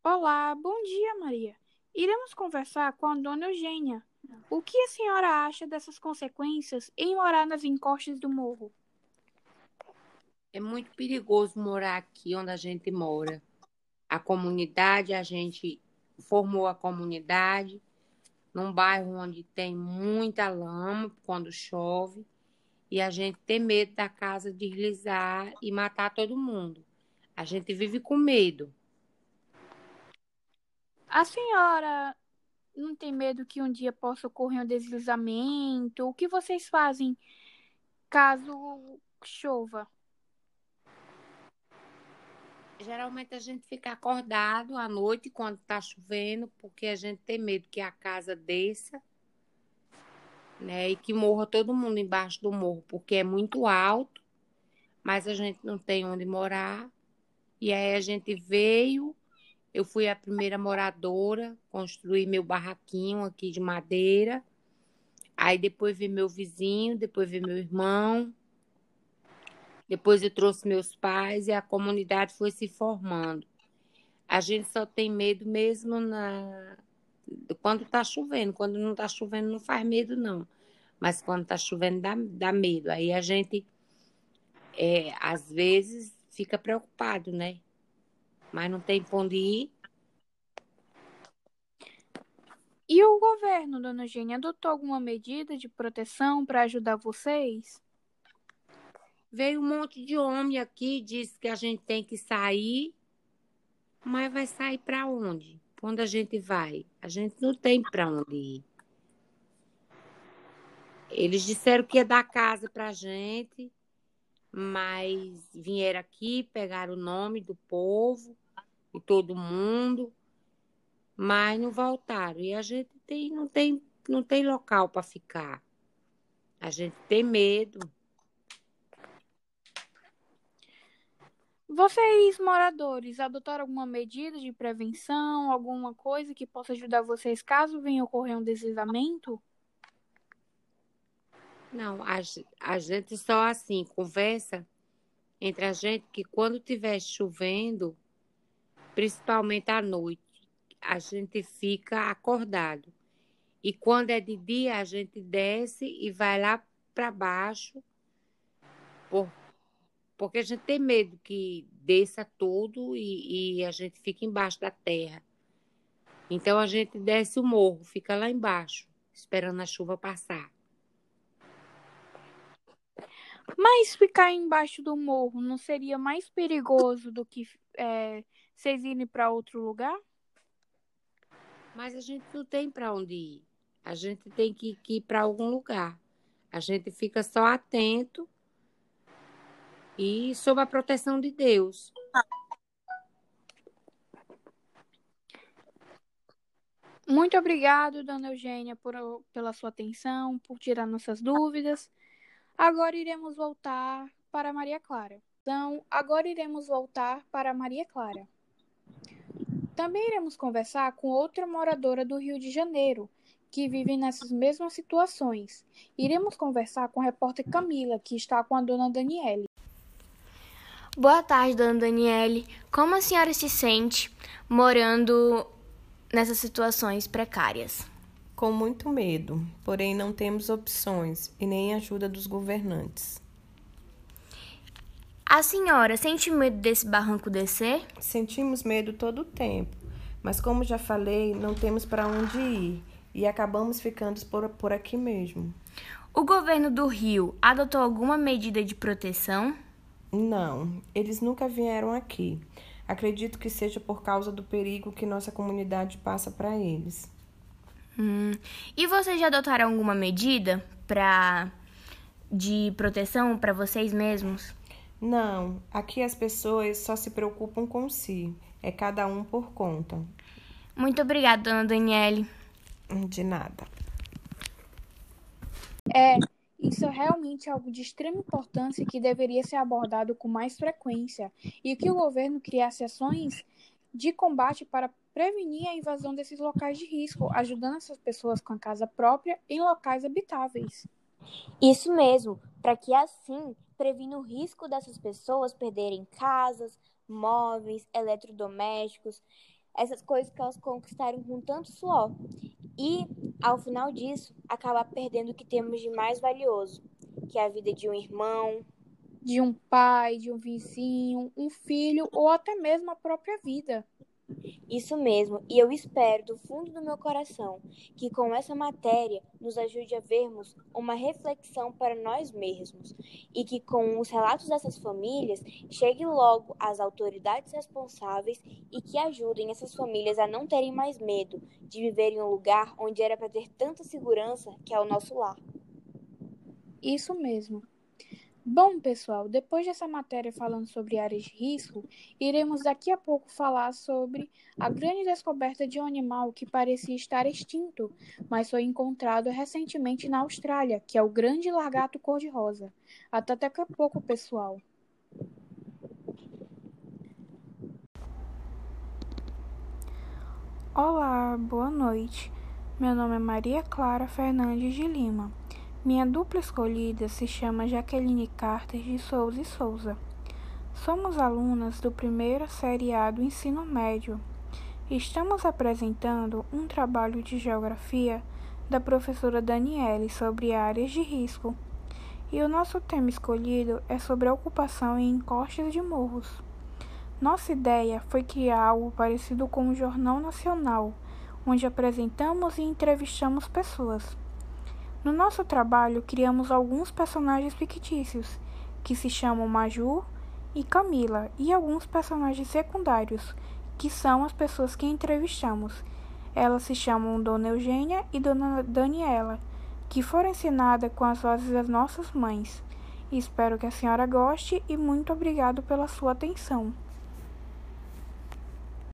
Olá, bom dia, Maria. Iremos conversar com a dona Eugênia. O que a senhora acha dessas consequências em morar nas encostas do morro? É muito perigoso morar aqui onde a gente mora. A comunidade, a gente formou a comunidade num bairro onde tem muita lama quando chove e a gente tem medo da casa deslizar e matar todo mundo. A gente vive com medo. A senhora não tem medo que um dia possa ocorrer um deslizamento? O que vocês fazem caso chova? Geralmente a gente fica acordado à noite quando está chovendo, porque a gente tem medo que a casa desça, né, e que morra todo mundo embaixo do morro, porque é muito alto, mas a gente não tem onde morar. E aí a gente veio, eu fui a primeira moradora, construí meu barraquinho aqui de madeira. Aí depois veio meu vizinho, depois veio meu irmão, depois eu trouxe meus pais e a comunidade foi se formando. A gente só tem medo mesmo quando está chovendo. Quando não está chovendo, não faz medo, não. Mas quando está chovendo, dá medo. Aí a gente, às vezes, fica preocupado, né? Mas não tem pra onde ir. E o governo, dona Eugênia, adotou alguma medida de proteção para ajudar vocês? Veio um monte de homem aqui, disse que a gente tem que sair, mas vai sair para onde? Pra onde a gente vai? A gente não tem para onde ir. Eles disseram que ia dar casa para a gente, mas vieram aqui, pegaram o nome do povo e todo mundo, mas não voltaram. E a gente não tem local para ficar. A gente tem medo. Vocês, moradores, adotaram alguma medida de prevenção, alguma coisa que possa ajudar vocês caso venha ocorrer um deslizamento? Não, a gente só assim conversa entre a gente que quando estiver chovendo, principalmente à noite, a gente fica acordado. E quando é de dia, a gente desce e vai lá para baixo, por- porque a gente tem medo que desça tudo e a gente fica embaixo da terra. Então a gente desce o morro, fica lá embaixo, esperando a chuva passar. Mas ficar embaixo do morro não seria mais perigoso do que vocês irem para outro lugar? Mas a gente não tem para onde ir. A gente tem que ir para algum lugar. A gente fica só atento e sob a proteção de Deus. Muito obrigado, dona Eugênia, pela sua atenção, por tirar nossas dúvidas. Agora iremos voltar para Maria Clara. Então, agora iremos voltar para Maria Clara. Também iremos conversar com outra moradora do Rio de Janeiro, que vive nessas mesmas situações. Iremos conversar com a repórter Camila, que está com a dona Daniele. Boa tarde, dona Daniele. Como a senhora se sente morando nessas situações precárias? Com muito medo, porém não temos opções e nem ajuda dos governantes. A senhora sente medo desse barranco descer? Sentimos medo todo o tempo, mas como já falei, não temos para onde ir e acabamos ficando por aqui mesmo. O governo do Rio adotou alguma medida de proteção? Não, eles nunca vieram aqui. Acredito que seja por causa do perigo que nossa comunidade passa para eles. E vocês já adotaram alguma medida de proteção para vocês mesmos? Não, aqui as pessoas só se preocupam com si. É cada um por conta. Muito obrigada, dona Daniele. De nada. Isso é realmente algo de extrema importância que deveria ser abordado com mais frequência e que o governo criasse ações de combate para prevenir a invasão desses locais de risco, ajudando essas pessoas com a casa própria em locais habitáveis. Isso mesmo, para que assim previna o risco dessas pessoas perderem casas, móveis, eletrodomésticos. essas coisas que elas conquistaram com tanto suor. E, ao final disso, acabar perdendo o que temos de mais valioso, que é a vida de um irmão, de um pai, de um vizinho, um filho ou até mesmo a própria vida. Isso mesmo, e eu espero do fundo do meu coração que com essa matéria nos ajude a vermos uma reflexão para nós mesmos e que com os relatos dessas famílias chegue logo às autoridades responsáveis e que ajudem essas famílias a não terem mais medo de viver em um lugar onde era para ter tanta segurança, que é o nosso lar. Isso mesmo. Bom, pessoal, depois dessa matéria falando sobre áreas de risco, iremos daqui a pouco falar sobre a grande descoberta de um animal que parecia estar extinto, mas foi encontrado recentemente na Austrália, que é o grande lagarto cor-de-rosa. Até daqui a pouco, pessoal. Olá, boa noite. Meu nome é Maria Clara Fernandes de Lima. Minha dupla escolhida se chama Jaqueline Carter de Souza e Souza. Somos alunas do primeiro série A do ensino médio. Estamos apresentando um trabalho de geografia da professora Daniele sobre áreas de risco. E o nosso tema escolhido é sobre a ocupação em encostas de morros. Nossa ideia foi criar algo parecido com um jornal nacional, onde apresentamos e entrevistamos pessoas. No nosso trabalho, criamos alguns personagens fictícios, que se chamam Maju e Camila, e alguns personagens secundários, que são as pessoas que entrevistamos. Elas se chamam Dona Eugênia e Dona Daniela, que foram ensinadas com as vozes das nossas mães. Espero que a senhora goste e muito obrigado pela sua atenção.